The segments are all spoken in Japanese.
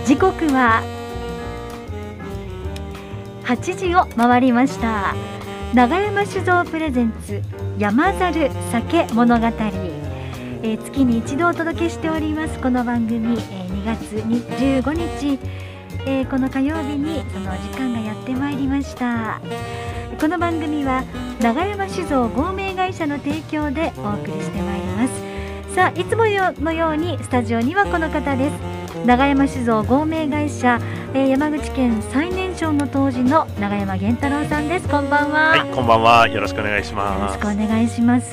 時刻は8時を回りました。長山酒造プレゼンツ山猿酒物語、月に一度お届けしておりますこの番組、2月15日、この火曜日にその時間がやってまいりました。この番組は長山酒造合名会社の提供でお送りしてまいります。さあ、いつものようにスタジオにはこの方です。長山酒造合名会社、山口県最年少の当時の長山源太郎さんです。こんばんは。 はい、こんばんは。よろしくお願いします。 よろしくお願いします。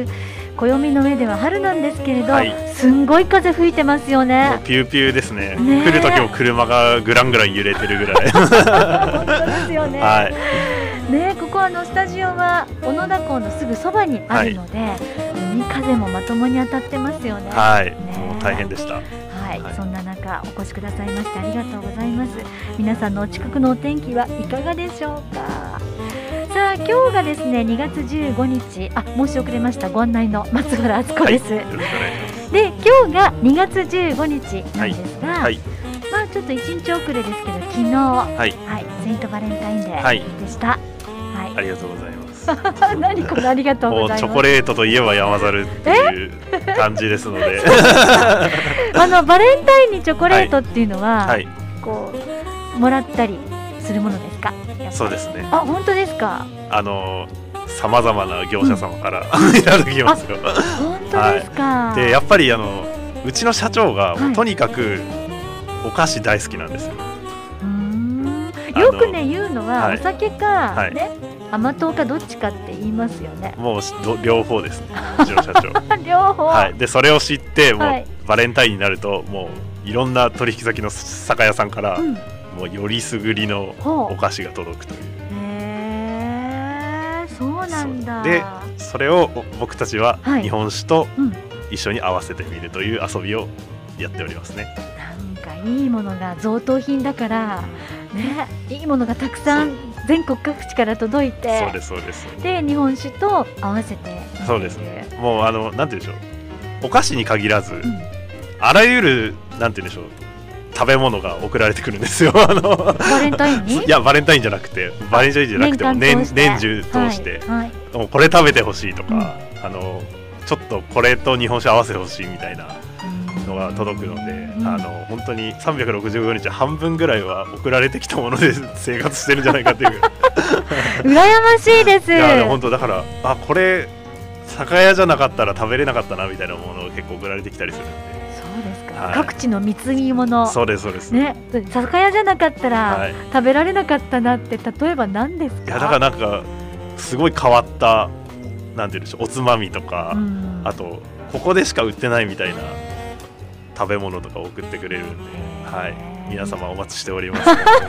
暦の上では春なんですけれど、 はい、 すんごい風吹いてますよね。 ピューピューですね。来る時も車がグラングラン揺れてるぐらい本当ですよね。 はいね、ここスタジオは小野田港のすぐそばにあるので、海風もまともに当たってますよね。 はい、 ね、 もう大変でした。 はい、そんな中お越しくださいましてありがとうございます。皆さんのお近くのお天気はいかがでしょうか。さあ、今日がですね2月15日、申し遅れました。ご案内の松原敦子です。 よろしくお願いします。 で、今日が2月15日なんですが、ちょっと1日遅れですけど昨日、セイントバレンタインデーでした。 ありがとうございます。 何これ、ありがとうございます。 チョコレートといえば山猿っていう感じですのでバレンタインにチョコレートっていうのは、こうもらったりするものですか。 そうですね。 本当ですか。 さまざまな業者様からいただきますよ。 本当ですか。 で、やっぱりうちの社長がもうとにかくお菓子大好きなんですよ。 よくね言うのは、お酒かね、甘党かどっちかって言いますよね。 もう両方ですね、うちの社長両方、 でそれを知ってもう、バレンタインになるともういろんな取引先の酒屋さんから、もうよりすぐりのお菓子が届くという。 そうなんだ。 でそれを僕たちは日本酒と一緒に合わせてみるという遊びをやっておりますね。 なんかいいものが贈答品だからね、いいものがたくさん全国各地から届いて、 そうですそうです。 で日本酒と合わせて、 そうですね。もうなんて言うんでしょう、お菓子に限らず、あらゆるなんて言うんでしょう、食べ物が送られてくるんですよ。バレンタインに？ いや、バレンタインじゃなくて、バレンタインじゃなくても年中通して、もうこれ食べてほしいとか、ちょっとこれと日本酒合わせてほしいみたいなのが届くので、本当に365日半分ぐらいは送られてきたもので生活してるんじゃないかっていう羨ましいです。 いや、本当だから、これ酒屋じゃなかったら食べれなかったなみたいなものが結構送られてきたりするんで。 そうですか。各地の貢ぎ物。 そうですそうですね。酒屋じゃなかったら食べられなかったなって、例えば何ですか？ いや、だからなんかすごい変わったなんていうんでしょう、おつまみとか、あとここでしか売ってないみたいな食べ物とか送ってくれるんで、皆様お待ちしております。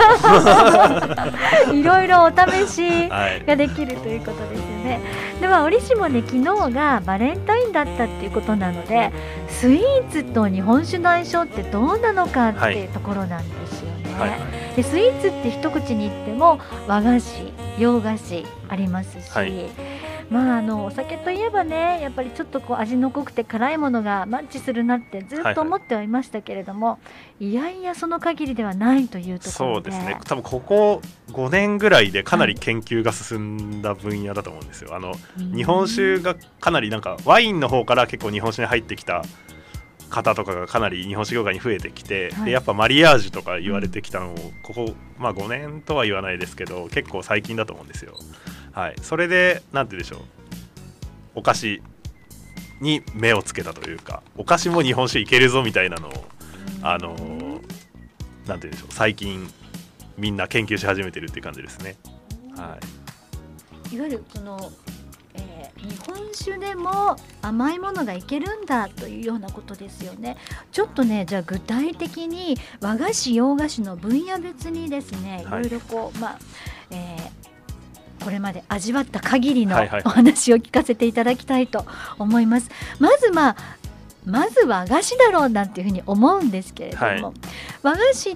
いろいろお試しができるということですよね。では折しもね、昨日がバレンタインだったっていうことなので、スイーツと日本酒の相性ってどうなのかっていうところなんですよね。でスイーツって一口に言っても和菓子、洋菓子ありますし、お酒といえばね、やっぱりちょっとこう味の濃くて辛いものがマッチするなってずっと思ってはいましたけれども、いやいやその限りではないというところで。 そうですね。多分ここ5年ぐらいでかなり研究が進んだ分野だと思うんですよ。日本酒がかなりなんかワインの方から結構日本酒に入ってきた方とかがかなり日本酒業界に増えてきて、でやっぱマリアージュとか言われてきたのをここ、5年とは言わないですけど結構最近だと思うんですよ。それでなんて言うんでしょう、お菓子に目をつけたというか、お菓子も日本酒いけるぞみたいなのをなんて言うんでしょう、最近みんな研究し始めてるっていう感じですね。 いわゆるこの日本酒でも甘いものがいけるんだというようなことですよね。ちょっとね、じゃあ具体的に和菓子洋菓子の分野別にですね、いろいろこう、これまで味わった限りのお話を聞かせていただきたいと思います。まず和菓子だろうなんていうふうに思うんですけれども、和菓子って、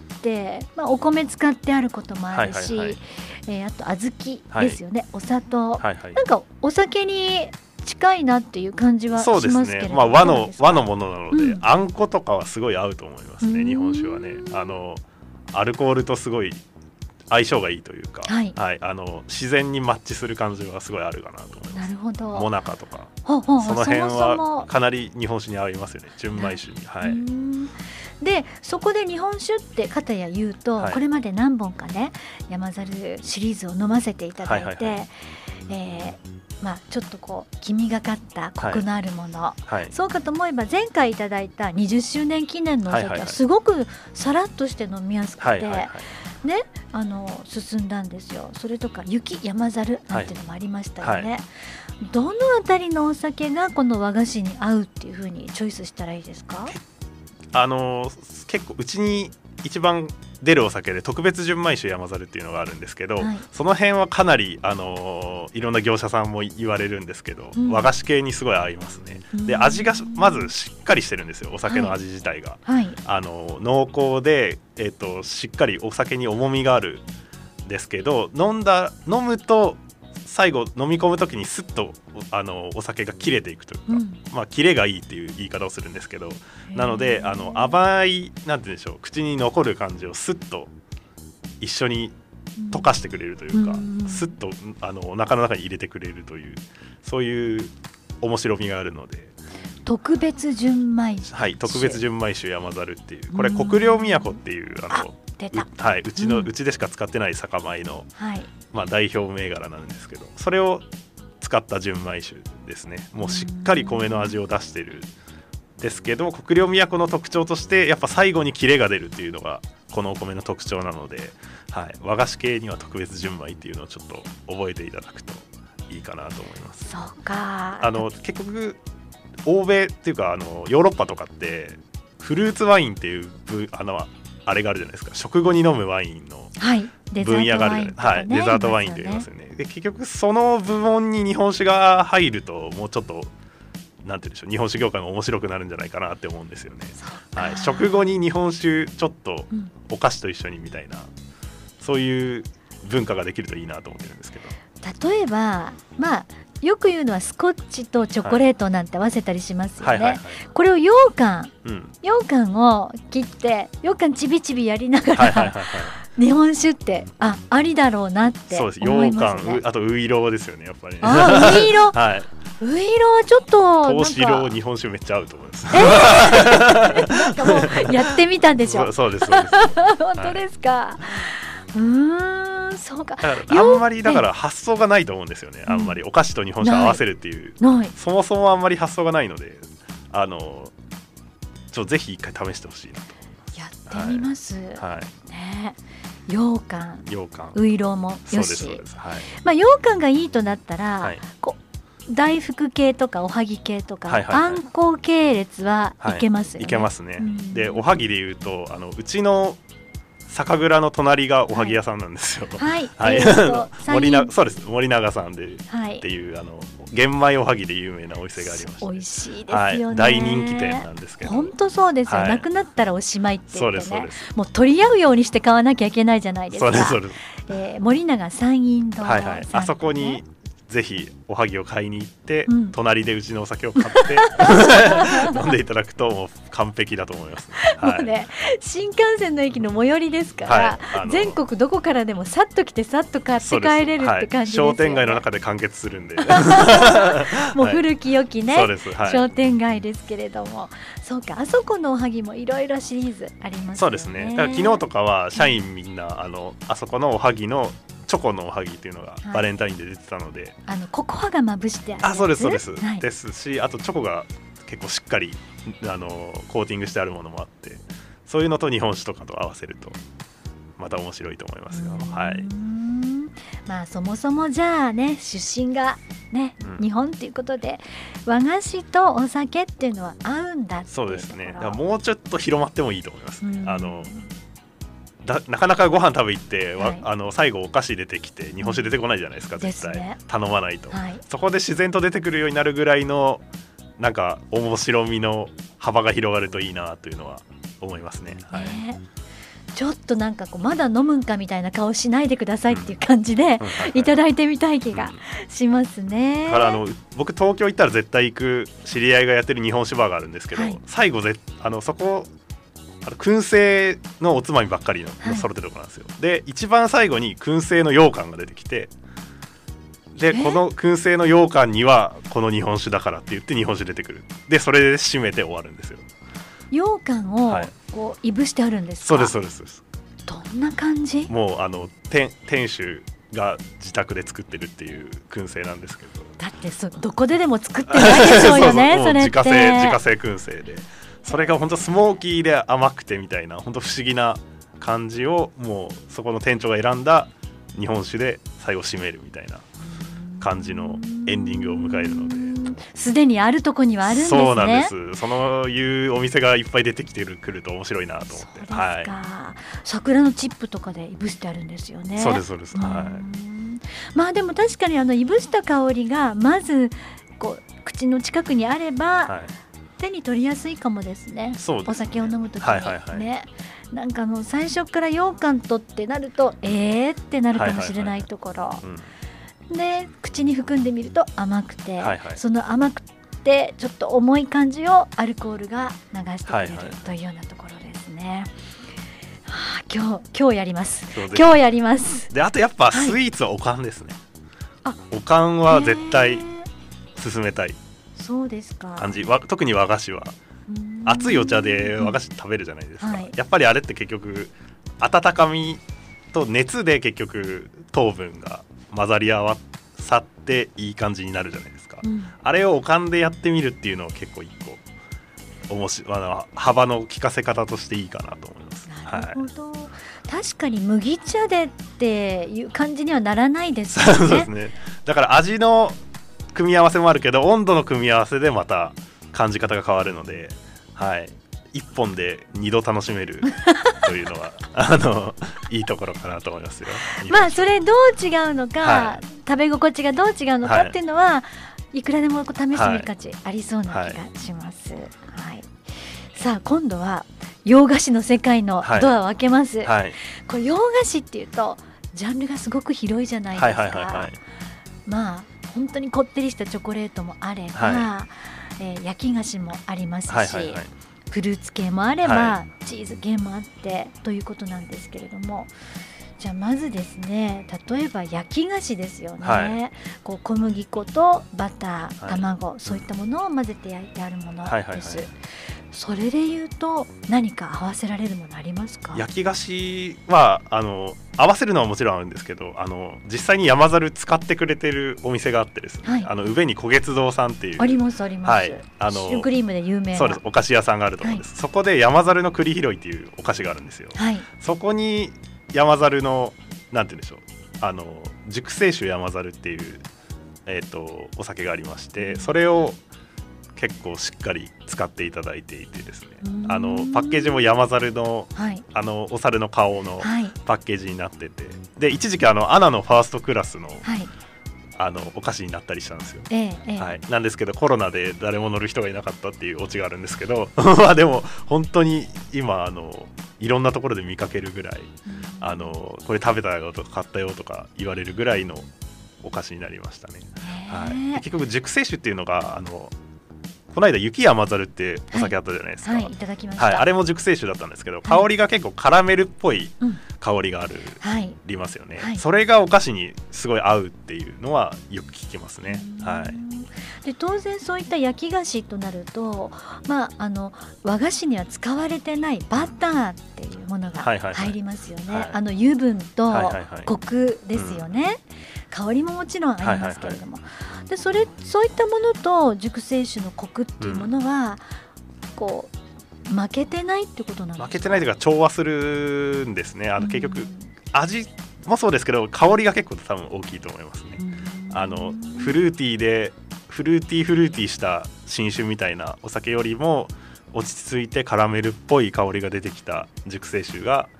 お米使ってあることもあるし、あと小豆ですよね、お砂糖、なんかお酒に近いなっていう感じはしそうですますけれども、 ね、まあ、和のものなので、 うん、 あんことかはすごい合うと思いますね。日本酒はね、アルコールとすごい相性がいいというか、 はいはい、自然にマッチする感じはすごいあるかなと思います。 なるほど。 モナカとかほうほうほう、 その辺そもそはもかなり日本酒に合いますよね、純米酒に。はい、 でそこで日本酒って片や言うと、 はい、 これまで何本かね山猿シリーズを飲ませていただいて、まあ、ちょっとこう黄みがかったコクのあるもの、 はい、 そうかと思えば前回いただいた20周年記念のお酒はすごくさらっとして飲みやすくて、ね、進んだんですよ。それとか雪山猿なんていうのもありましたよね、どのあたりのお酒がこの和菓子に合うっていう風にチョイスしたらいいですか？ 結構うちに一番出るお酒で特別純米酒山猿っていうのがあるんですけど、その辺はかなり、いろんな業者さんも言われるんですけど、和菓子系にすごい合いますね。で味がまずしっかりしてるんですよ、お酒の味自体が、濃厚で、しっかりお酒に重みがあるんですけど、飲むと最後飲み込むときにスッとお酒が切れていくというか、まあ、切れがいいっていう言い方をするんですけど、なので甘いなんて言うんでしょう、口に残る感じをスッと一緒に溶かしてくれるというか、スッとお腹の中に入れてくれるという、そういう面白みがあるので。 特別純米酒、 はい、特別純米酒山猿っていう、これ国領都っていう出た、 はい、うちでしか使ってない酒米の、まあ、代表銘柄なんですけど、それを使った純米酒ですね。もうしっかり米の味を出してるですけど、国領都の特徴としてやっぱ最後にキレが出るっていうのがこのお米の特徴なので、はい、和菓子系には特別純米っていうのをちょっと覚えていただくといいかなと思います。 そうか、 結局欧米っていうかヨーロッパとかってフルーツワインっていうあれがあるじゃないですか、食後に飲むワインの分野があるじゃないですか、デザートワインと言いますよね。で結局その部門に日本酒が入るともうちょっとなんて言うんでしょう、日本酒業界が面白くなるんじゃないかなって思うんですよね。はい、食後に日本酒ちょっとお菓子と一緒にみたいな、そういう文化ができるといいなと思ってるんですけど、 例えばまあよく言うのはスコッチとチョコレートなんて合わせたりしますよね。これを羊羹を切って羊羹ちびちびやりながら日本酒ってありだろうなって思いますね。 羊羹、あとウイローですよね、やっぱりね。 ウイロー、ウイローはちょっと投資色日本酒めっちゃ合うと思います。 なんかもうやってみたんでしょ。 そうです本当ですか。そうか。 あんまりだから発想がないと思うんですよね。あんまりお菓子と日本酒を合わせるっていう、そもそもあんまり発想がないので、ぜひ一回試してほしいなと思います。 やってみます。ね、羊羹、ウイローもよし。まあ羊羹がいいとなったら、大福系とかおはぎ系とか、あんこ系列はいけますよね。 いけますね。でおはぎでいうとうちの酒蔵の隣がおはぎ屋さんなんですよ。そうです、森永さんで、っていう玄米おはぎで有名なお店がありまして、 美味しいですよね。 大人気店なんですけど、 本当そうですよ、なくなったらおしまいって言ってね、もう取り合うようにして買わなきゃいけないじゃないですか。森永山陰堂、 あそこにぜひおはぎを買いに行って、隣でうちのお酒を買って飲んでいただくともう完璧だと思います。 もうね、新幹線の駅の最寄りですから、全国どこからでもさっと来てさっと買って帰れるって感じですよね。 商店街の中で完結するんでもう古き良きね、商店街ですけれども、そうか、あそこのおはぎもいろいろシリーズありますよね。 そうですね。だから昨日とかは社員みんなあそこのおはぎのチョコのおはぎっていうのがバレンタインで出てたので、 ココアがまぶしてあるやつ。 そうですですし、あとチョコが結構しっかりコーティングしてあるものもあって、そういうのと日本酒とかと合わせるとまた面白いと思いますよ。 まあそもそもじゃあね、出身がね、日本っていうことで和菓子とお酒っていうのは合うんだっていうところ。 そうですね。だからもうちょっと広まってもいいと思います。なかなかご飯食べ行って、最後お菓子出てきて日本酒出てこないじゃないですか、絶対頼まないと、そこで自然と出てくるようになるぐらいのなんか面白みの幅が広がるといいなというのは思いますね。 ちょっとなんかこうまだ飲むんかみたいな顔しないでくださいっていう感じでいただいてみたい気がしますね。 だから僕東京行ったら絶対行く知り合いがやってる日本酒バーがあるんですけど、最後そこ燻製のおつまみばっかりの揃ってるところなんですよ。で一番最後に燻製の羊羹が出てきて、でこの燻製の羊羹にはこの日本酒だからって言って日本酒出てくる。でそれで締めて終わるんですよ。 羊羹をこういぶしてあるんですか？ そうですそうです。 どんな感じ？ もう店主が自宅で作ってるっていう燻製なんですけど、 だってどこででも作ってないでしょうよね。それって自家製燻製で、それが本当スモーキーで甘くてみたいな本当不思議な感じをもうそこの店長が選んだ日本酒で最後締めるみたいな感じのエンディングを迎えるので、 すでにあるとこにはあるんですね。 そうなんです。そういうお店がいっぱい出てきてくると面白いなと思って。 そうですか、桜のチップとかでいぶしてあるんですよね。 そうですそうです。 まあでも確かにいぶした香りがまずこう口の近くにあれば、手に取りやすいかもですね。 そうですね。 お酒を飲むときにね、なんか最初から羊羹とってなるとってなるかもしれないところ、で口に含んでみると甘くて、その甘くてちょっと重い感じをアルコールが流してくれるというようなところですね。今日やります。今日やります。 であとやっぱスイーツはおかんですね。おかんは絶対勧めたい。 そうですか。 感じ。特に和菓子は熱いお茶で和菓子食べるじゃないですか。やっぱりあれって結局温かみと熱で結局糖分が混ざり合わさっていい感じになるじゃないですか。あれをおかんでやってみるっていうのは結構一個幅の利かせ方としていいかなと思います。 なるほど、確かに麦茶でっていう感じにはならないですよね。 そうですね。だから味の組み合わせもあるけど温度の組み合わせでまた感じ方が変わるので、1本で2度楽しめるというのはいいところかなと思いますよ。 まあそれどう違うのか、食べ心地がどう違うのかっていうのは、いくらでも試してみる価値ありそうな気がします。さあ今度は洋菓子の世界のドアを開けます。これ洋菓子っていうとジャンルがすごく広いじゃないですか。まあ本当にこってりしたチョコレートもあれば、焼き菓子もありますし、フルーツ系もあれば、チーズ系もあってということなんですけれども、じゃあまずですね、例えば焼き菓子ですよね。こう小麦粉とバター、卵、そういったものを混ぜて焼いてあるものです。それでいうと何か合わせられるものありますか？ 焼き菓子は合わせるのはもちろんあるんですけど、実際に山猿使ってくれてるお店があってですね、宇部に古月堂さんっていうありますあります、シュークリームで有名な、 そうです、お菓子屋さんがあると思うんです、そこで山猿の栗拾いっていうお菓子があるんですよ。そこに山猿のなんて言うんでしょう、熟成酒山猿っていう、お酒がありまして、それを結構しっかり使っていただいていてですね、パッケージも山猿の、お猿の顔のパッケージになってて、で一時期アナのファーストクラスの、お菓子になったりしたんですよ。なんですけどコロナで誰も乗る人がいなかったっていうオチがあるんですけどまあでも本当に今いろんなところで見かけるぐらい、これ食べたよとか買ったよとか言われるぐらいのお菓子になりましたね。結局熟成酒っていうのがこの間雪山猿ってお酒あったじゃないですか。 いただきました。 あれも熟成酒だったんですけど、香りが結構カラメルっぽい香りがありますよね。それがお菓子にすごい合うっていうのはよく聞きますね。 で当然そういった焼き菓子となると、和菓子には使われてないバターっていうものが入りますよね。油分とコクですよね。香りももちろんありますけれども、でそういったものと熟成酒のコクっていうものは、こう負けてないってことなんですか？ 負けてないというか調和するんですね。結局味もそうですけど香りが結構多分大きいと思いますね。フルーティーした新酒みたいなお酒よりも落ち着いてカラメルっぽい香りが出てきた熟成酒が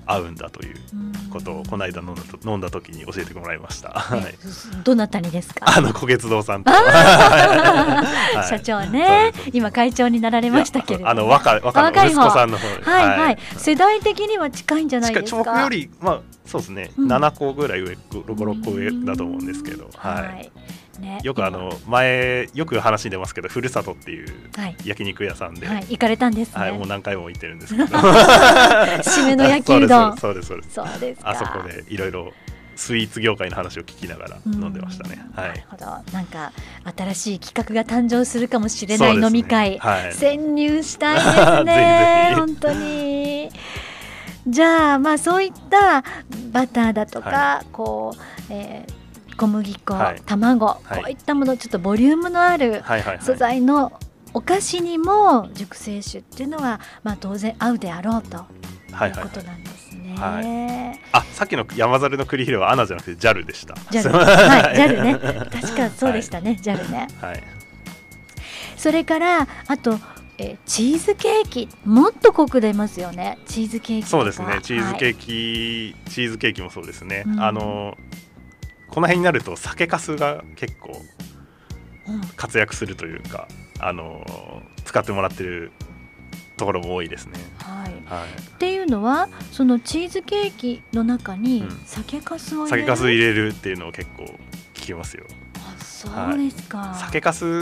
合うんだということをこの間飲んだ時に教えてもらいました。はい、 どなたにですか？ 古月堂さんと社長ね、今会長になられましたけれども、 若の息子さんの方で、 はいはい、世代的には近いんじゃないですか？ 僕よりそうですね、7個ぐらい上、5、6個上だと思うんですけど、はいね、よく前よく話に出ますけど、ふるさとっていう焼肉屋さんで、 行かれたんですね。 はい、もう何回も行ってるんですけど締めの焼きうどん。 そうですあそこでいろいろスイーツ業界の話を聞きながら飲んでましたね。 なるほど。なんか新しい企画が誕生するかもしれない飲み会、潜入したいですね。本当に。じゃあそういったバターだとか、小麦粉、卵、こういったもの、ちょっとボリュームのある素材のお菓子にも熟成酒っていうのは当然合うであろうということなんですね。 さっきの山猿の栗広はアナじゃなくて JAL でした。 JAL ね、確かそうでしたね、JAL ね。それからあとチーズケーキ、もっとコク出ますよね。チーズケーキ。 そうですね、チーズケーキもそうですね。この辺になると酒粕が結構活躍するというか、使ってもらってるところも多いですね。 っていうのは、そのチーズケーキの中に酒粕を入れるっていうのを結構聞きますよ。 そうですか。 酒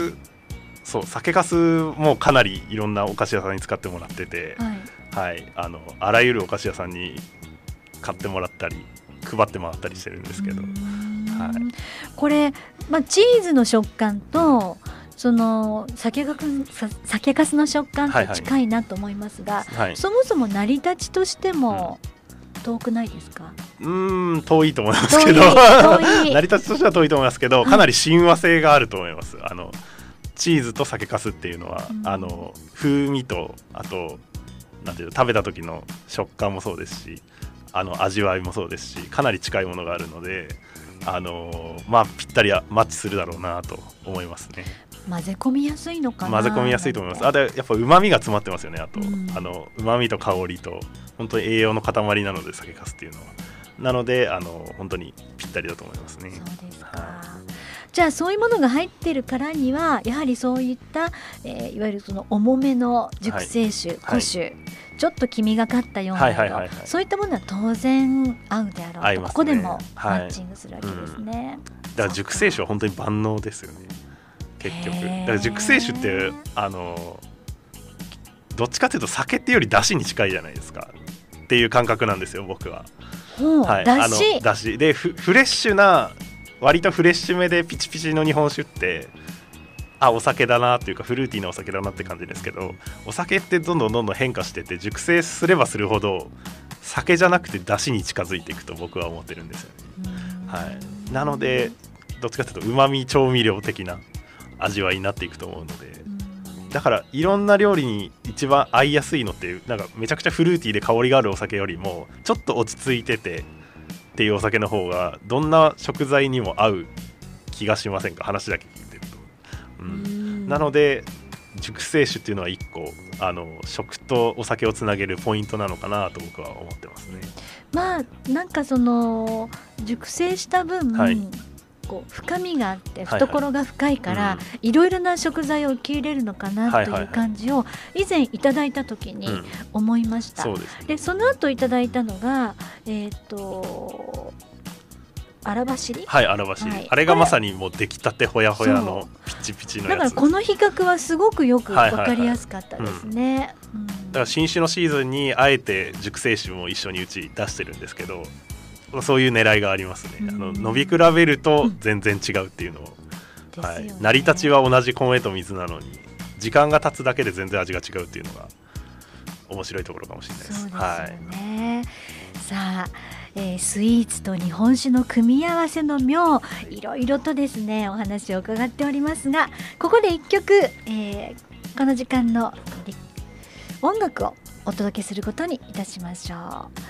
粕もかなりいろんなお菓子屋さんに使ってもらってて、あらゆるお菓子屋さんに買ってもらったり配ってもらったりしてるんですけど、 これ、チーズの食感とその酒粕の食感と近いなと思いますが、そもそも成り立ちとしても遠くないですか？ 遠いと思いますけど成り立ちとしては遠いと思いますけど、かなり親和性があると思います。チーズと酒粕っていうのは、風味と、あとなんていうの、食べた時の食感もそうですし、味わいもそうですし、かなり近いものがあるので、ぴったりマッチするだろうなと思いますね。 混ぜ込みやすいのかな。 混ぜ込みやすいと思います。やっぱ旨味が詰まってますよね。あと、旨味と香りと本当に栄養の塊なので、酒粕っていうのは。なので本当にぴったりだと思いますね。 そうですか。じゃあそういうものが入ってるからには、やはりそういった、いわゆるその重めの熟成酒、古酒、ちょっと黄みがかったようなもの、そういったものは当然合うであろうと、ここでもマッチングするわけですね。 だから熟成酒は本当に万能ですよね、結局。だから熟成酒ってどっちかというと酒っていうより出汁に近いじゃないですかっていう感覚なんですよ、僕は。出汁でフレッシュな、割とフレッシュめでピチピチの日本酒ってお酒だなというか、フルーティーなお酒だなって感じですけど、お酒ってどんどん変化してて、熟成すればするほど酒じゃなくて出汁に近づいていくと僕は思ってるんですよね。なのでどっちかというと旨味調味料的な味わいになっていくと思うので、だからいろんな料理に一番合いやすいのって、なんかめちゃくちゃフルーティーで香りがあるお酒よりもちょっと落ち着いててっていうお酒の方がどんな食材にも合う気がしませんか？話だけ聞いてると。なので熟成酒っていうのは一個食とお酒をつなげるポイントなのかなと僕は思ってますね。 なんかその熟成した分、こう深みがあって懐が深いから、いろいろな食材を受け入れるのかなという感じを以前いただいた時に思いました。でその後いただいたのが荒走り、 荒走り、あれがまさにもう出来たてほやほやのピチピチのやつ。 だからこの比較はすごくよく分かりやすかったですね。 だから新酒のシーズンにあえて熟成酒も一緒にうち出してるんですけど、そういう狙いがありますね。飲み比べると全然違うっていうのを、成り立ちは同じ米と水なのに時間が経つだけで全然味が違うっていうのが面白いところかもしれないです。 そうですよね。さあ、スイーツと日本酒の組み合わせの妙、いろいろとですねお話を伺っておりますが、ここで一曲、この時間の音楽をお届けすることにいたしましょう。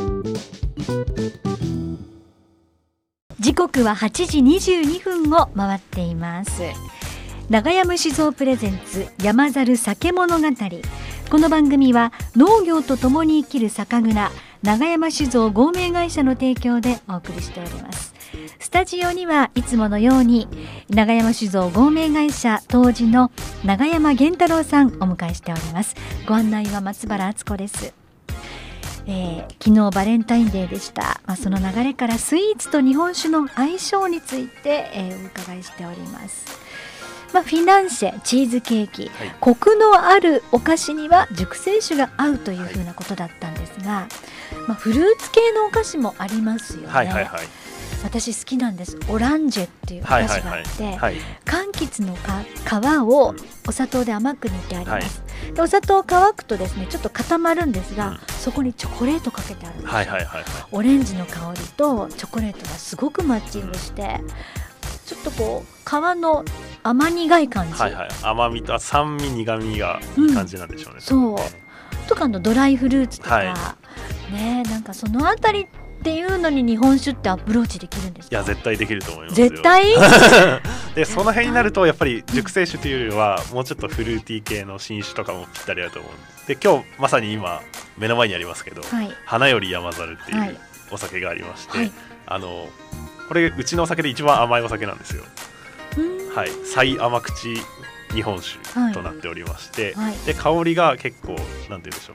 時刻は8時22分を回っています。長山酒造プレゼンツ山猿酒物語。この番組は農業とともに生きる酒蔵長山酒造合名会社の提供でお送りしております。スタジオにはいつものように長山酒造合名会社杜氏の長山源太郎さんお迎えしております。ご案内は松原敦子です。昨日バレンタインデーでした。その流れからスイーツと日本酒の相性について、お伺いしております。フィナンシェチーズケーキ、はい、コクのあるお菓子には熟成酒が合うというふうなことだったんですが、フルーツ系のお菓子もありますよね。はいはいはい、私好きなんです。オランジェっていうお菓子があって、柑橘の皮をお砂糖で甘く煮てあります、でお砂糖乾くとですねちょっと固まるんですが、そこにチョコレートかけてあるんですよ、オレンジの香りとチョコレートがすごくマッチングして、ちょっとこう皮の甘苦い感じ、 甘みと酸味苦みがいい感じなんでしょうね、 そうとかドライフルーツとか、ね、なんかそのあたりっていうのに日本酒ってアプローチできるんですか？ いや絶対できると思いますよ。 絶対でその辺になるとやっぱり熟成酒というよりはもうちょっとフルーティー系の新酒とかもぴったりあると思うんで、今日まさに今目の前にありますけど、花より山猿っていうお酒がありまして、これうちのお酒で一番甘いお酒なんですよ。最甘口日本酒となっておりまして、で香りが結構なんて言うんでしょう、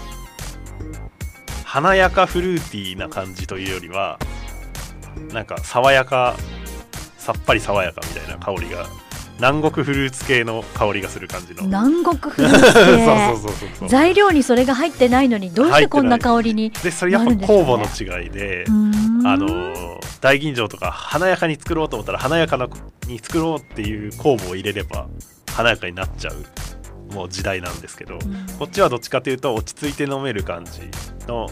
華やかフルーティーな感じというよりはなんか爽やか、さっぱり爽やかみたいな香りが、南国フルーツ系の香りがする感じの。南国フルーツ系材料にそれが入ってないのにどうしてこんな香りになるんですかね。 でそれやっぱ酵母の違いで、大吟醸とか華やかに作ろうと思ったら華やかに作ろうっていう酵母を入れれば華やかになっちゃうもう時代なんですけど、こっちはどっちかというと落ち着いて飲める感じの、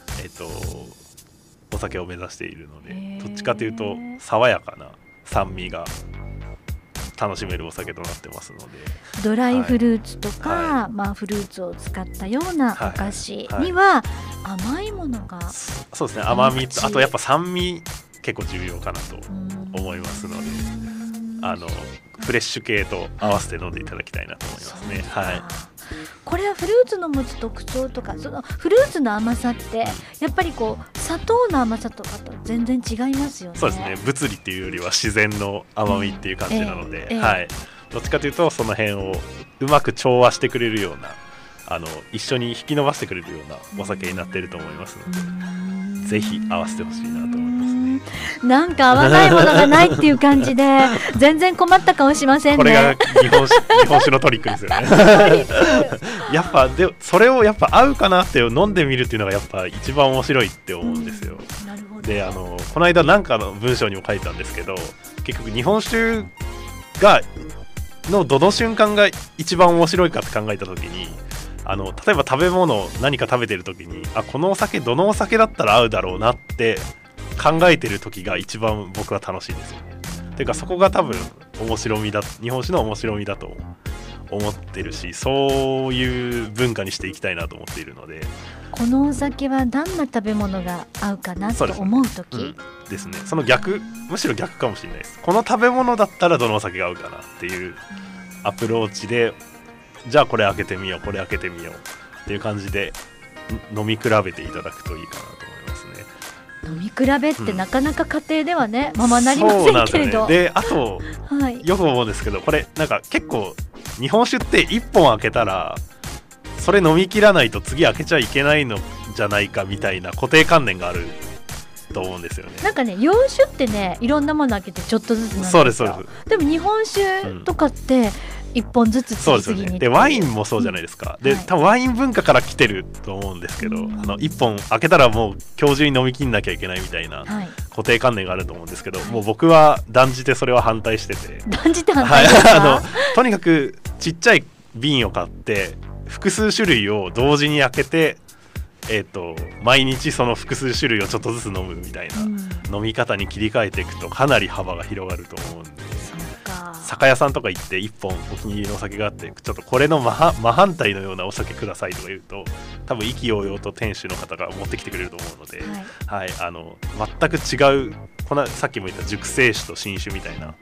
お酒を目指しているので、どっちかというと爽やかな酸味が楽しめるお酒となってますので、 ドライフルーツとか、フルーツを使ったようなお菓子には甘いものが、 そうですね、甘みとあとやっぱ酸味結構重要かなと思いますので、フレッシュ系と合わせて飲んでいただきたいなと思いますね。 これはフルーツの持つ特徴とか、そのフルーツの甘さってやっぱりこう砂糖の甘さとかと全然違いますよね。 そうですね、物理っていうよりは自然の甘みっていう感じなので、どっちかというとその辺をうまく調和してくれるような、一緒に引き伸ばしてくれるようなお酒になっていると思いますので、ぜひ合わせてほしいなと思いますね。 なんか合わないものがないっていう感じで全然困った顔しませんね。 これが日本酒のトリックですよねやっぱでそれをやっぱ合うかなって飲んでみるっていうのがやっぱ一番面白いって思うんですよ。 なるほど。 でこの間なんかの文章にも書いたんですけど、結局日本酒がのどの瞬間が一番面白いかって考えた時に、例えば食べ物何か食べてる時にこのお酒どのお酒だったら合うだろうなって考えてる時が一番僕は楽しいんですよね。ていうかそこが多分面白みだ、日本酒の面白みだと思ってるし、そういう文化にしていきたいなと思っているので、 このお酒はどんな食べ物が合うかなと思う時ですね、その逆、むしろ逆かもしれないです。この食べ物だったらどのお酒が合うかなっていうアプローチで、じゃあこれ開けてみようこれ開けてみようっていう感じで飲み比べていただくといいかなと思いますね。 飲み比べってなかなか家庭ではね、ままなりませんけれど、 であと、よく思うんですけど、これなんか結構日本酒って1本開けたらそれ飲み切らないと次開けちゃいけないのじゃないかみたいな固定観念があると思うんですよね。 なんかね、洋酒ってねいろんなもの開けてちょっとずつなんですよ。 そうですそうです。 でも日本酒とかって、1本ずつ次々に、 でワインもそうじゃないですか、で多分ワイン文化から来てると思うんですけど、1本開けたらもう今日中に飲み切んなきゃいけないみたいな固定観念があると思うんですけど、もう僕は断じてそれは反対してて、 断じて反対ですか？ とにかくちっちゃい瓶を買って複数種類を同時に開けて、毎日その複数種類をちょっとずつ飲むみたいな飲み方に切り替えていくとかなり幅が広がると思うんで、酒屋さんとか行って1本お気に入りのお酒があって、ちょっとこれの真反対のようなお酒くださいとか言うと、多分意気揚々と店主の方が持ってきてくれると思うので、全く違うさっきも言った熟成酒と新酒みたいな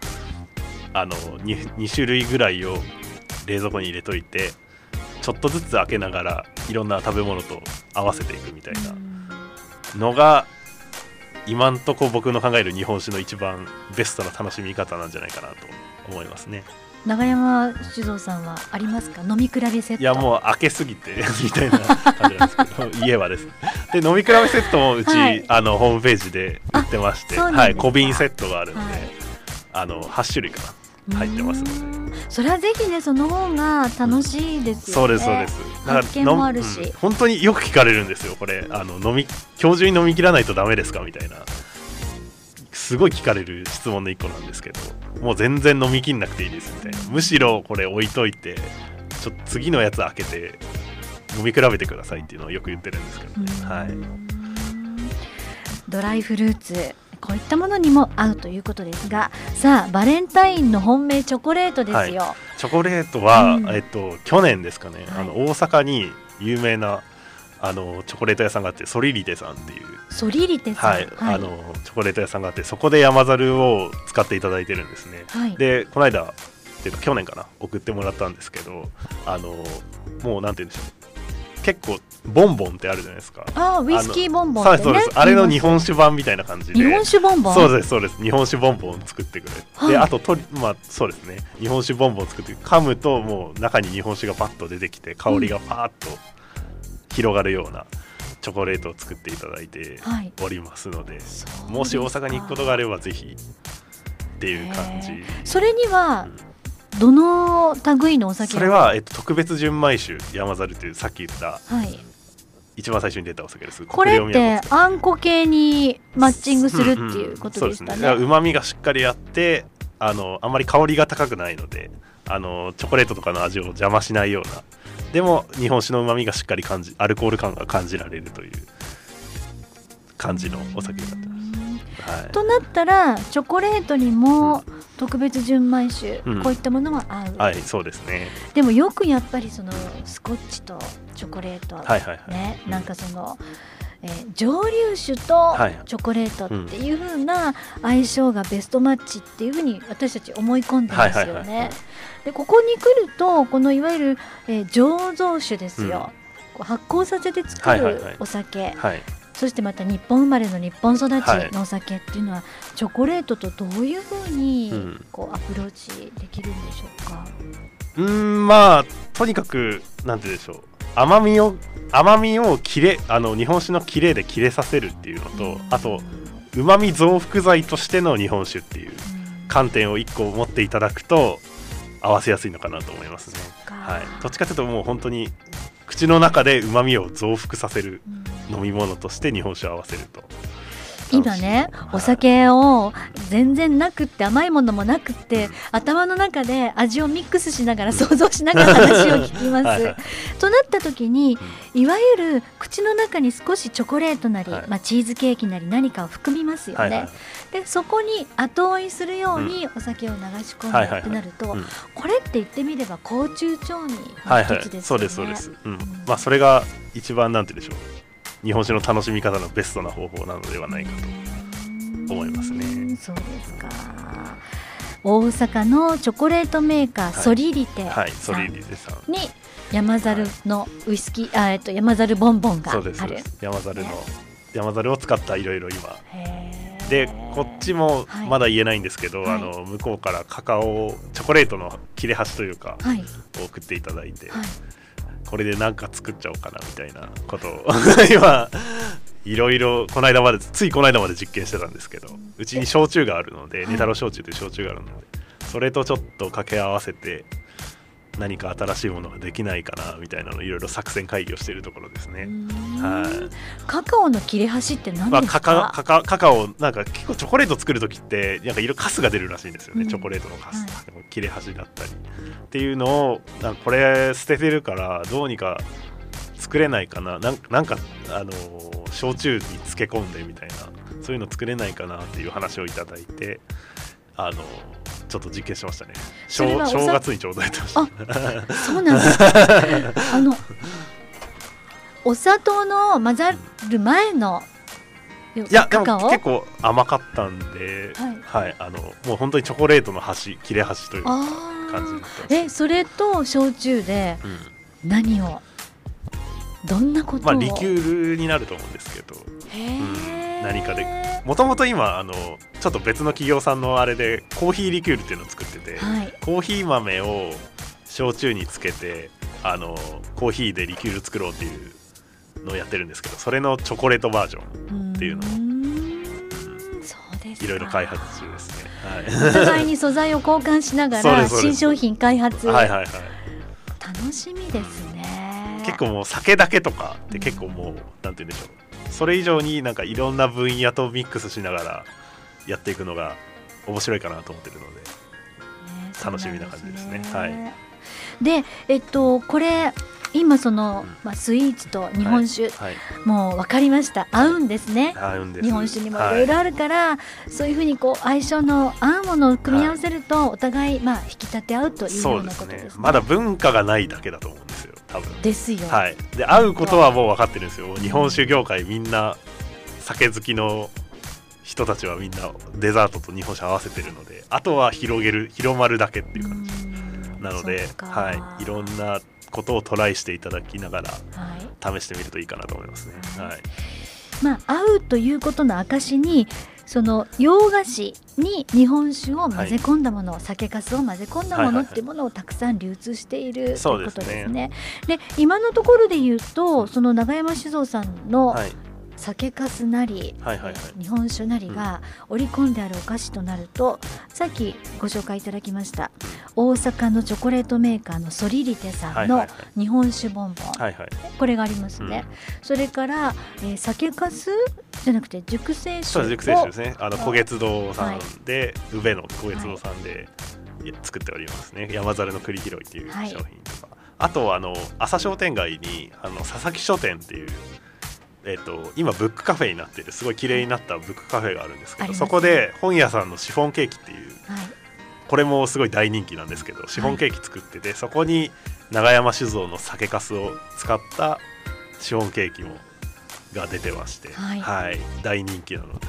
2種類ぐらいを冷蔵庫に入れといて、ちょっとずつ開けながらいろんな食べ物と合わせていくみたいなのが今んとこ僕の考える日本酒の一番ベストな楽しみ方なんじゃないかなと思いますね。 永山酒造さんはありますか、飲み比べセット。 いやもう開けすぎてみたいな感じなんですけど家はですね。で飲み比べセットもうち、ホームページで売ってまして、小瓶セットがあるので、8種類かな入ってますので、 それはぜひね、その方が楽しいですよね。 そうです。 発見もあるし、 本当によく聞かれるんですよこれ。今日中に飲み切らないとダメですかみたいな、すごい聞かれる質問の一個なんですけど、もう全然飲み切んなくていいですみたいな、むしろこれ置いといてちょっと次のやつ開けて飲み比べてくださいっていうのをよく言ってるんですけどね。 ドライフルーツ、こういったものにも合うということですが、さあバレンタインの本命チョコレートですよ。 チョコレートは、去年ですかね、大阪に有名なチョコレート屋さんがあって、ソリリテさんっていう、 ソリリテさん、 チョコレート屋さんがあって、そこで山猿を使っていただいてるんですね。でこの間っていうか去年かな送ってもらったんですけど、もうなんて言うんでしょう、結構ボンボンってあるじゃないですか。 ウイスキーボンボンってね。 そうです、あれの日本酒版みたいな感じで。 日本酒ボンボン。 そうです日本酒ボンボンを作ってくれる。であとそうですね、日本酒ボンボンを作って噛むともう中に日本酒がパッと出てきて香りがパーッと広がるようなチョコレートを作っていただいておりますので、もし大阪に行くことがあればぜひっていう感じ。 それには、どの類のお酒？ それは、特別純米酒山猿というさっき言った、一番最初に出たお酒です。 これってあんこ系にマッチングするっていうことですかね。 うまみがしっかりあって、あんまり香りが高くないので、チョコレートとかの味を邪魔しないような、でも日本酒のうまみがしっかりアルコール感が感じられるという感じのお酒になってます。 となったらチョコレートにも特別純米酒、こういったものは合う。 そうですね。 でもよくやっぱりそのスコッチとチョコレート、なんかその、蒸留酒とチョコレートっていう風な相性がベストマッチっていう風に私たち思い込んでますよね。でここに来るとこのいわゆる、醸造酒ですよ、こう発酵させて作るお酒、そしてまた日本生まれの日本育ちのお酒っていうのは、チョコレートとどういう風にこうアプローチできるんでしょうか。 とにかくなんてでしょう、甘みを日本酒のキレで切れさせるっていうのと、あとうまみ増幅剤としての日本酒っていう観点を1個持っていただくと合わせやすいのかなと思いますね。どっちかというともう本当に口の中でうまみを増幅させる飲み物として日本酒を合わせると。 今ね、お酒を全然なくって甘いものもなくって頭の中で味をミックスしながら想像しながら話を聞きますとなった時に、いわゆる口の中に少しチョコレートなり、チーズケーキなり何かを含みますよね。でそこに後追いするようにお酒を流し込んでってなると、これって言ってみれば高中調味の一つですよね。 そうです。それが一番なんてでしょう、日本酒の楽しみ方のベストな方法なのではないかと思いますね。 そうですか。大阪のチョコレートメーカー、ソリリテさんに山猿のウイスキー、山猿ボンボンがある。そうです。 山猿を使ったいろいろ今で、こっちもまだ言えないんですけど、向こうからチョコレートの切れ端というか、送っていただいて、これで何か作っちゃおうかなみたいなことを今いろいろついこの間まで実験してたんですけど、うちに焼酎があるので、ネタロ焼酎という焼酎があるので、それとちょっと掛け合わせて何か新しいものができないかなみたいなのをいろいろ作戦会議をしているところですね。 カカオの切れ端って何ですか？ カカオなんか結構チョコレート作る時ってなんかいろいろカスが出るらしいんですよね。チョコレートのカス、切れ端だったりっていうのをこれ捨ててるからどうにか作れないかな、なんか焼酎に漬け込んでみたいな、そういうの作れないかなっていう話をいただいて、ちょっと実験しましたね。正月にちょうどやってました。 そうなんですか。お砂糖の混ざる前のカカオ、 でも結構甘かったんで、もう本当にチョコレートの切れ端という感じだった。 それと焼酎で何をどんなことを、 リキュールになると思うんですけど、何かでもともと今ちょっと別の企業さんのあれでコーヒーリキュールっていうのを作ってて、コーヒー豆を焼酎につけてコーヒーでリキュール作ろうっていうのをやってるんですけど、それのチョコレートバージョンっていうのをいろいろ開発中ですね。 お互いに素材を交換しながら新商品開発、楽しみですね。 結構もう酒だけとかって結構もうなんて言うんでしょう、それ以上になんかいろんな分野とミックスしながらやっていくのが面白いかなと思ってるので、楽しみな感じですね。 で、これ今その、スイーツと日本酒、もう分かりました、合うんですね。日本酒にもいろいろあるから、そういうふうにこう相性の合うものを組み合わせると、お互い引き立て合うというようなことですね。 まだ文化がないだけだと思うんですよ、多分。 ですよ。 で合うことはもう分かってるんですよ。日本酒業界みんな酒好きの人たちはみんなデザートと日本酒合わせてるので、あとは広まるだけっていう感じなので、いろんなことをトライしていただきながら試してみるといいかなと思いますね。 合うということの証に、その洋菓子に日本酒を混ぜ込んだもの、酒粕を混ぜ込んだものっていうものをたくさん流通しているということですね。で今のところで言うと、その永山酒造さんの酒粕なり、日本酒なりが織り込んであるお菓子となると、さっきご紹介いただきました大阪のチョコレートメーカーのソリリテさんの日本酒ボンボン、これがありますね。それから、酒粕じゃなくて熟成酒を、 熟成酒ですね。小月堂さんで、宇部の小月堂さんで作っておりますね。山猿の栗拾いっていう商品とか、あと朝商店街に佐々木書店っていう今ブックカフェになっているすごい綺麗になったブックカフェがあるんですけど、そこで本屋さんのシフォンケーキっていう、これもすごい大人気なんですけど、シフォンケーキ作ってて、そこに永山酒造の酒粕を使ったシフォンケーキが出てまして、大人気なので、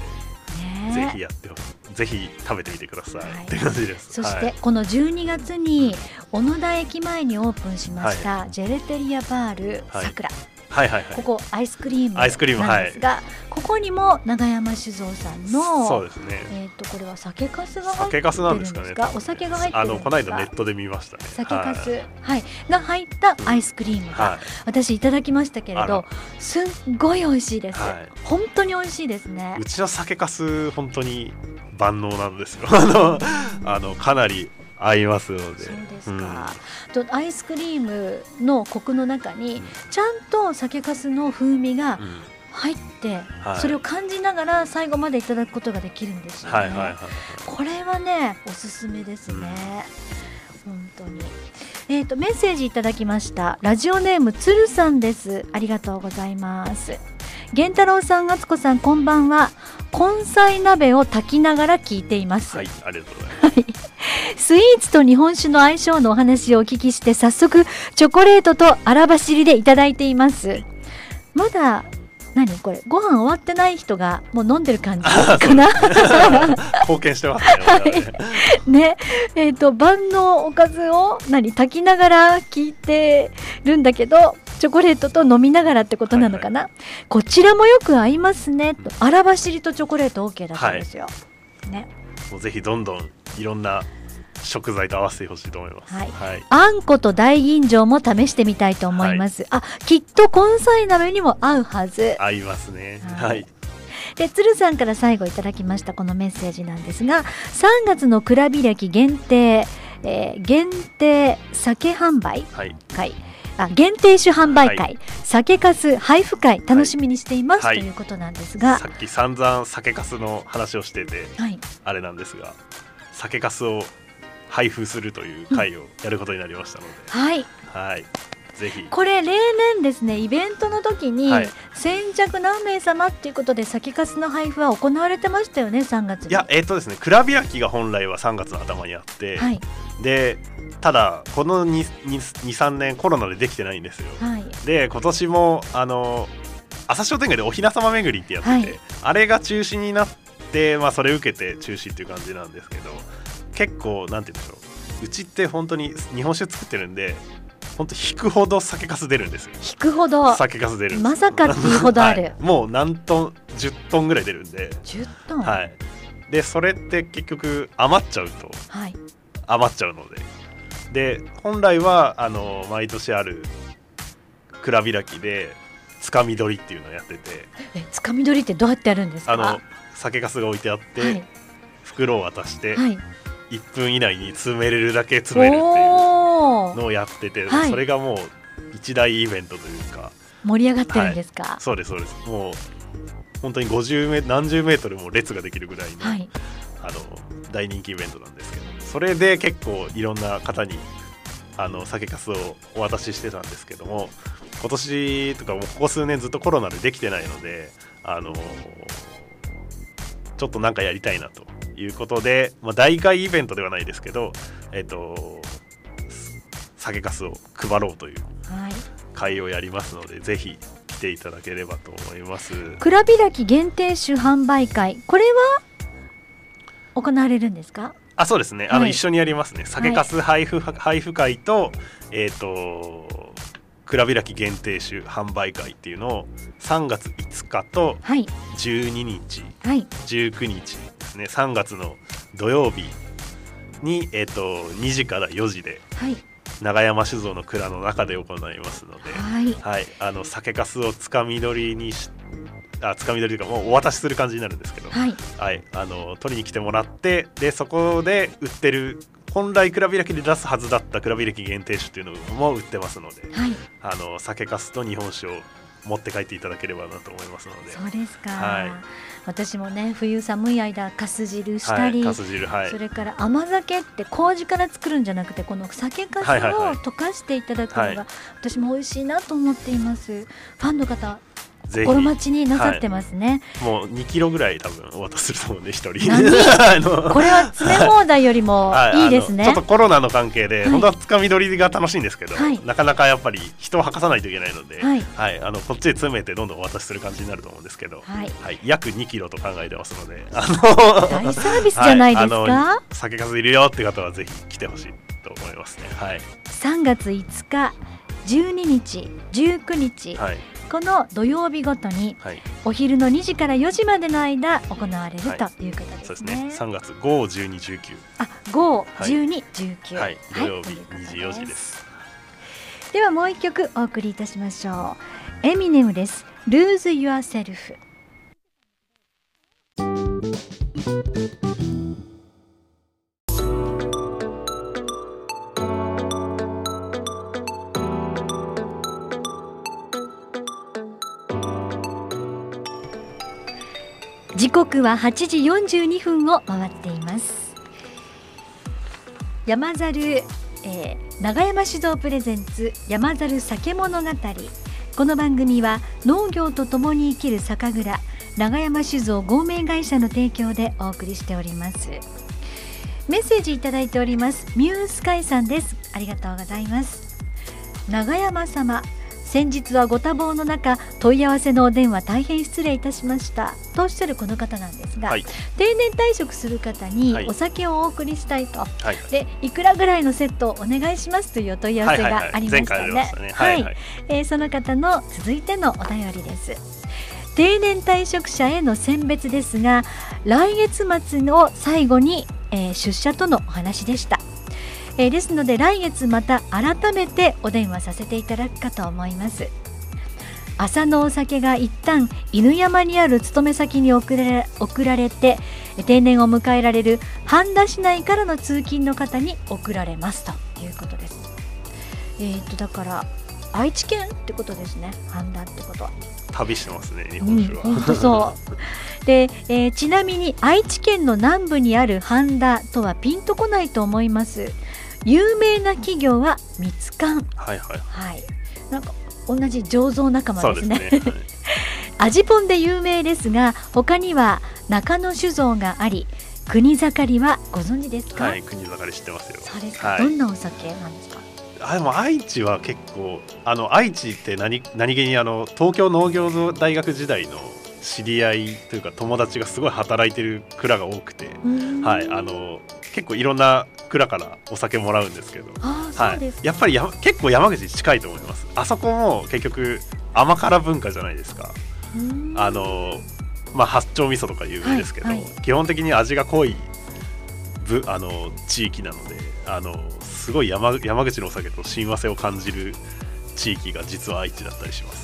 ぜひ食べてみてくださいって感じです。 そしてこの12月に小野田駅前にオープンしましたジェレテリアバールさくら、ここアイスクリームなんですが、ここにも永山酒造さんの、そうですね、これは酒粕が入ってるんですか、お酒が入ってるんですか。 この間ネットで見ましたね。 酒粕、が入ったアイスクリームが、私いただきましたけれど、すっごい美味しいです。本当に美味しいですね。 うちの酒粕本当に万能なんですよ。かなり合いますので。 そうですか。アイスクリームのコクの中にちゃんと酒粕の風味が入って、それを感じながら最後までいただくことができるんですよね。これはね、おすすめですね。本当に。メッセージいただきました。ラジオネームつるさんです。ありがとうございます。源太郎さん、あつこさん、こんばんは。根菜鍋を炊きながら聞いています。 ありがとうございます。 スイーツと日本酒の相性のお話をお聞きして、早速チョコレートと荒走りでいただいています。まだこれご飯終わってない人がもう飲んでる感じかな。 貢献してますね。晩のおかずを炊きながら聞いてるんだけど、チョコレートと飲みながらってことなのかな。こちらもよく合いますねと。荒走りとチョコレート OK だったんですよ。 もうぜひどんどんいろんな食材と合わせてほしいと思います。 あんこと大吟醸も試してみたいと思います。きっと根菜鍋にも合うはず。 合いますね。 で、鶴さんから最後いただきましたこのメッセージなんですが、3月の蔵開き限定、限定酒販売会、限定酒販売会、酒粕配布会楽しみにしています、ということなんですが、 さっき散々酒粕の話をしてて、あれなんですが、酒粕を配布するという会をやることになりましたので、ぜひ。これ例年ですね、イベントの時に先着何名様っていうことで酒粕の配布は行われてましたよね、3月に。いや、ですね、蔵開きが本来は3月の頭にあって、でただこの 2,3 年コロナでできてないんですよ。で今年も朝商店街でおひなさま巡りってやってて、あれが中止になって、それ受けて中止っていう感じなんですけど、結構なんて言うんでしょう、うちって本当に日本酒作ってるんで、 本当引くほど酒粕出るんですよ。 引くほど酒粕出るんです。 まさかっていうほどある、 はい、もう何トン10トンぐらい出るんで。 10トン、 はい、でそれって結局余っちゃうと、 はい、 余っちゃうので、本来は毎年ある蔵開きでつかみ取りっていうのをやってて、 つかみ取りってどうやってやるんですか？ 酒粕が置いてあって、はい、袋を渡して、 はい、 1分以内に詰めれるだけ詰めるっていうのをやってて、はい、それがもう一大イベントというか盛り上がってるんですか？ はい、そうですそうです。もう本当に何十メートルも列ができるぐらいの、はい、大人気イベントなんですけど、それで結構いろんな方に酒粕をお渡ししてたんですけども、今年とかもここ数年ずっとコロナでできてないので、ちょっとなんかやりたいなということで、大会イベントではないですけど、酒粕を配ろうという会をやりますので、ぜひ来ていただければと思います。 蔵開き限定酒販売会、これは行われるんですか？ そうですね、はい、一緒にやりますね。酒粕配布会と、蔵開き限定酒販売会っていうのを3月5日と12日、はい、19日ですね、3月の土曜日に、2時から4時で、はい、永山酒造の蔵の中で行いますので、はいはい、酒粕をつかみ取りにつかみ取りというかもうお渡しする感じになるんですけど、はいはい、取りに来てもらって、でそこで売ってる本来蔵開きで出すはずだった蔵開き限定酒っていうのも売ってますので、はい、酒粕と日本酒を持って帰っていただければなと思いますので。 そうですか、はい、私もね冬寒い間かす汁したり、 かす汁、はい、 それから甘酒って麹から作るんじゃなくてこの酒粕を溶かしていただくのが私も美味しいなと思っています。ファンの方心待ちになさってますね、 はい、もう2キロぐらい多分お渡しすると思うんで1人これは詰め放題よりもいいですね、 ちょっとコロナの関係で、はい、本当はつかみ取りが楽しいんですけど、はい、なかなかやっぱり人を吐かさないといけないので、はいはい、こっちで詰めてどんどんお渡しする感じになると思うんですけど、はいはい、約2キロと考えてますので大サービスじゃないですか、 はい、酒粕いるよって方はぜひ来てほしいと思いますね、はい、 3月5日12日19日、はい、この土曜日ごとにお昼の2時から4時までの間行われるということですね、はい、そうですね。 3月5、12、19 5、12、19、 はい、土曜日2時4時です。 ではもう一曲お送りいたしましょう。エミネムです。 Lose Yourself。時刻は8時42分を回っています。山猿、永山酒造プレゼンツ山猿酒物語。この番組は農業とともに生きる酒蔵永山酒造合名会社の提供でお送りしております。メッセージいただいております。ミュースカイさんです。ありがとうございます。永山様、先日はご多忙の中問い合わせのお電話大変失礼いたしましたとおっしゃるこの方なんですが、はい、定年退職する方にお酒をお送りしたいと、はい、でいくらぐらいのセットをお願いしますというお問い合わせがありましたね。その方の続いてのお便りです。定年退職者への選別ですが、来月末の最後に、出社とのお話でした。ですので来月また改めてお電話させていただくかと思います。朝のお酒が一旦犬山にある勤め先に送られて定年を迎えられる半田市内からの通勤の方に送られますということです。だから愛知県ってことですね。半田ってことは旅してますね、日本酒は、 本当そうで、ちなみに愛知県の南部にある半田とはピンとこないと思います。有名な企業はミツカン、はいはいはい、なんか同じ醸造仲間ですね。そうですね、はい、味ぽんで有名ですが他には中野酒造があり、国盛はご存知ですか？ はい、国盛知ってますよ。 そうですか、はい、どんなお酒なんですか？ でも愛知は結構愛知って何気に東京農業大学時代の知り合いというか友達がすごい働いてる蔵が多くて、はい、 結構いろんな蔵からお酒もらうんですけど、 そうですか。 やっぱり結構山口近いと思います。あそこも結局甘辛文化じゃないですか。八丁味噌とか有名ですけど、基本的に味が濃い地域なのですごい山口のお酒と親和性を感じる地域が実は愛知だったりします。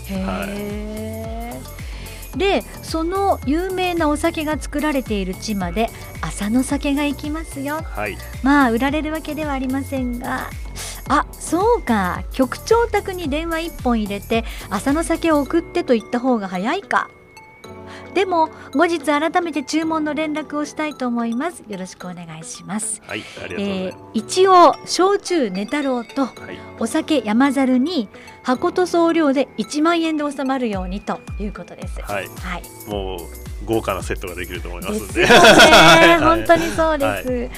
でその有名なお酒が作られている地まで朝の酒が行きますよ。売られるわけではありませんが、そうか、局長宅に電話1本入れて朝の酒を送ってと言った方が早いか。でも後日改めて注文の連絡をしたいと思います。よろしくお願いします。 ありがとうございます。 一応焼酎ネタロウとお酒山猿に箱と送料で1万円で収まるようにということです。 もう豪華なセットができると思いますので。 本当にそうです。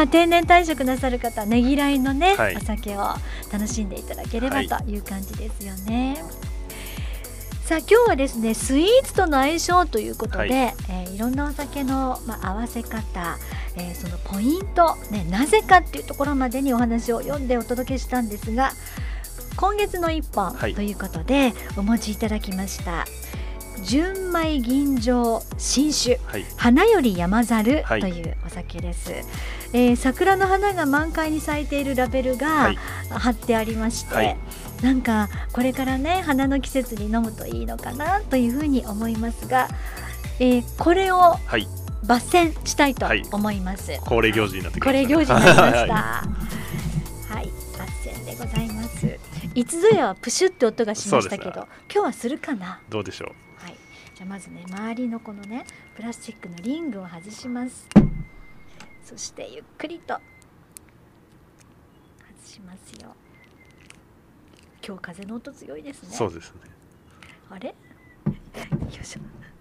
定年退職なさる方、ねぎらいのね、お酒を楽しんでいただければという感じですよね。さあ今日はですね、スイーツとの相性ということで、いろんなお酒の、合わせ方、そのポイント、なぜかっていうところまでにお話を読んでお届けしたんですが、今月の一本ということでお持ちいただきました純米吟醸新酒、花より山猿というお酒です。桜の花が満開に咲いているラベルが貼ってありまして、なんかこれからね花の季節に飲むといいのかなというふうに思いますが、これを抜栓したいと思います。 恒例行事になってきました。 恒例行事になりました抜栓でございます。いつぞやはプシュって音がしましたけど、今日はするかな。 どうでしょう。 じゃあまずね、周りのこのねプラスチックのリングを外します。そしてゆっくりと外しますよ。今日風の音強いですね。 そうですね。 あれ？よいしょ。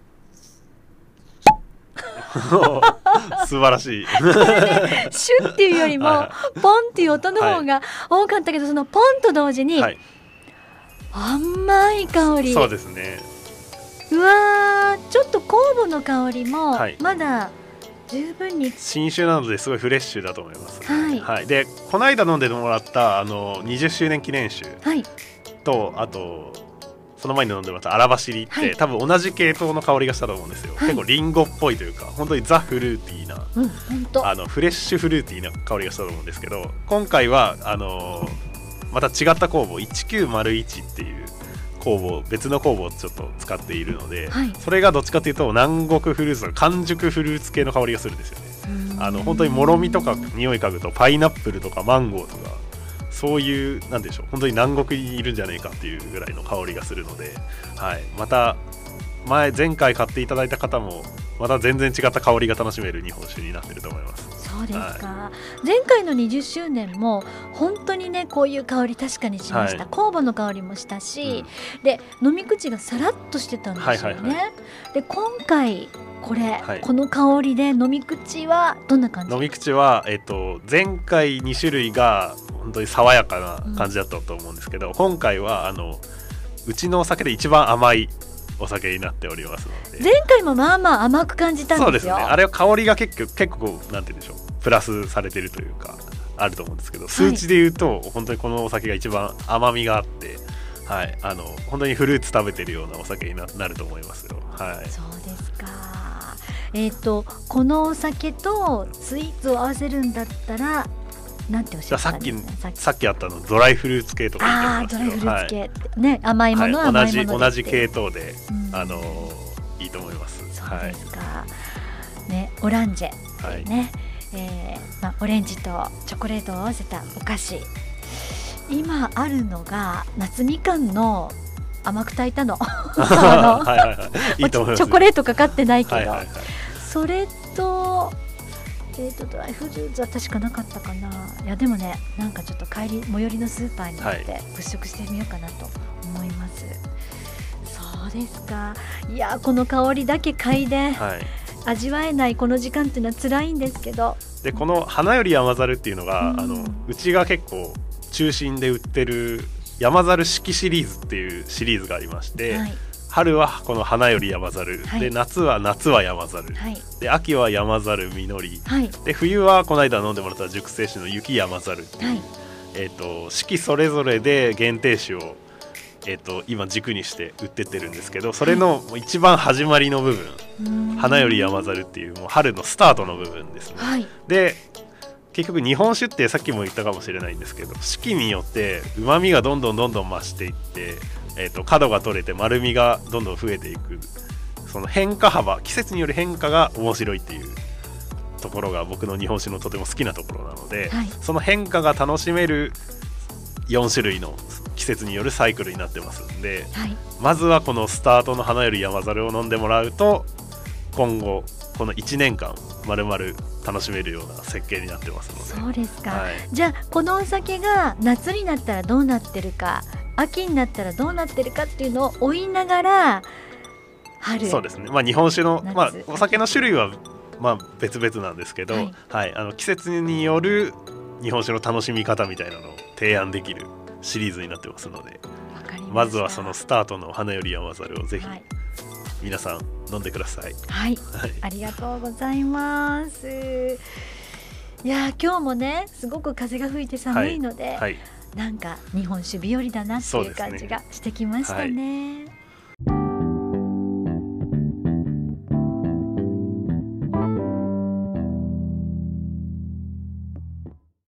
素晴らしい。 これね、シュッっていうよりもポンっていう音の方が多かったけど、そのポンと同時に甘い香り。 そうですね。 うわー、ちょっと酵母の香りもまだ十分に、 新酒なのですごいフレッシュだと思います。でこの間飲んでもらった20周年記念酒と、あとその前に飲んでもらった荒走りって、多分同じ系統の香りがしたと思うんですよ。結構リンゴっぽいというか、本当にザ・フルーティーな、フレッシュフルーティーな香りがしたと思うんですけど、今回はまた違った酵母1901っていう別の酵母をちょっと使っているので、それがどっちかというと南国フルーツとか完熟フルーツ系の香りがするんですよね。本当にもろみとか匂い嗅ぐとパイナップルとかマンゴーとか、そういうなんでしょう、本当に南国にいるんじゃないかっていうぐらいの香りがするので、また前回買っていただいた方もまた全然違った香りが楽しめる日本酒になってると思います。 そうですか。前回の20周年も本当にねこういう香り確かにしました。酵母の香りもしたし、で飲み口がさらっとしてたんですよね。で今回この香りで飲み口はどんな感じ？ 飲み口は、前回2種類が本当に爽やかな感じだったと思うんですけど、今回はうちのお酒で一番甘いお酒になっておりますので、 前回もまあまあ甘く感じたんですよ。 そうですね。あれは香りが結構なんて言うんでしょう、プラスされてるというかあると思うんですけど、数値で言うと本当にこのお酒が一番甘みがあって、本当にフルーツ食べてるようなお酒に なると思いますよ。 そうですか。このお酒とスイーツを合わせるんだったらなんておっしゃったんですか？ さっきあったドライフルーツ系とか言ってますよ。 ドライフルーツ系ってね、甘いものは甘いもので同じ系統で、いいと思います。 そうですか。ね、オランジェね、オレンジとチョコレートを合わせたお菓子。今あるのが夏みかんの甘く炊いたの。 いいと思います。 チョコレートかかってないけど、それとドライフルーツは確かなかったかな。いやでもね、なんかちょっと最寄りのスーパーに行って物色してみようかなと思います。そうですか。いやこの香りだけ嗅いで、味わえないこの時間っていうのは辛いんですけど、 でこの花より山猿っていうのが、うちが結構中心で売ってる山猿四季シリーズっていうシリーズがありまして、 春はこの花より山猿、 はい、 で夏は山猿、 はい、 で秋は山猿実り、 はい、 で冬はこの間飲んでもらった熟成酒の雪山猿っていう、 はい、 四季それぞれで限定酒を、今軸にして売ってってるんですけど、それの一番始まりの部分、花より山猿っていうもう春のスタートの部分ですね、 はい、 で結局日本酒ってさっきも言ったかもしれないんですけど、四季によって旨味がどんどん増していって、角が取れて丸みがどんどん増えていく、その変化幅、季節による変化が面白いっていうところが僕の日本酒のとても好きなところなので、 はい、 その変化が楽しめる4種類の季節によるサイクルになってますんで、 はい、 まずはこのスタートの花より山猿を飲んでもらうと、今後この1年間まるまる楽しめるような設計になってますので。 そうですか、 はい、 じゃあこのお酒が夏になったらどうなってるか、秋になったらどうなってるかっていうのを追いながら春、 そうですね、日本酒の、 夏、 お酒の種類は別々なんですけど、 はいはい、季節による日本酒の楽しみ方みたいなのを提案できるシリーズになってますので、まずはそのスタートの花より山猿をぜひ皆さん飲んでください。 はい、 はい、 ありがとうございます。いや今日もねすごく風が吹いて寒いので、 はいはい、 なんか日本酒日和だなっていう感じがしてきましたね。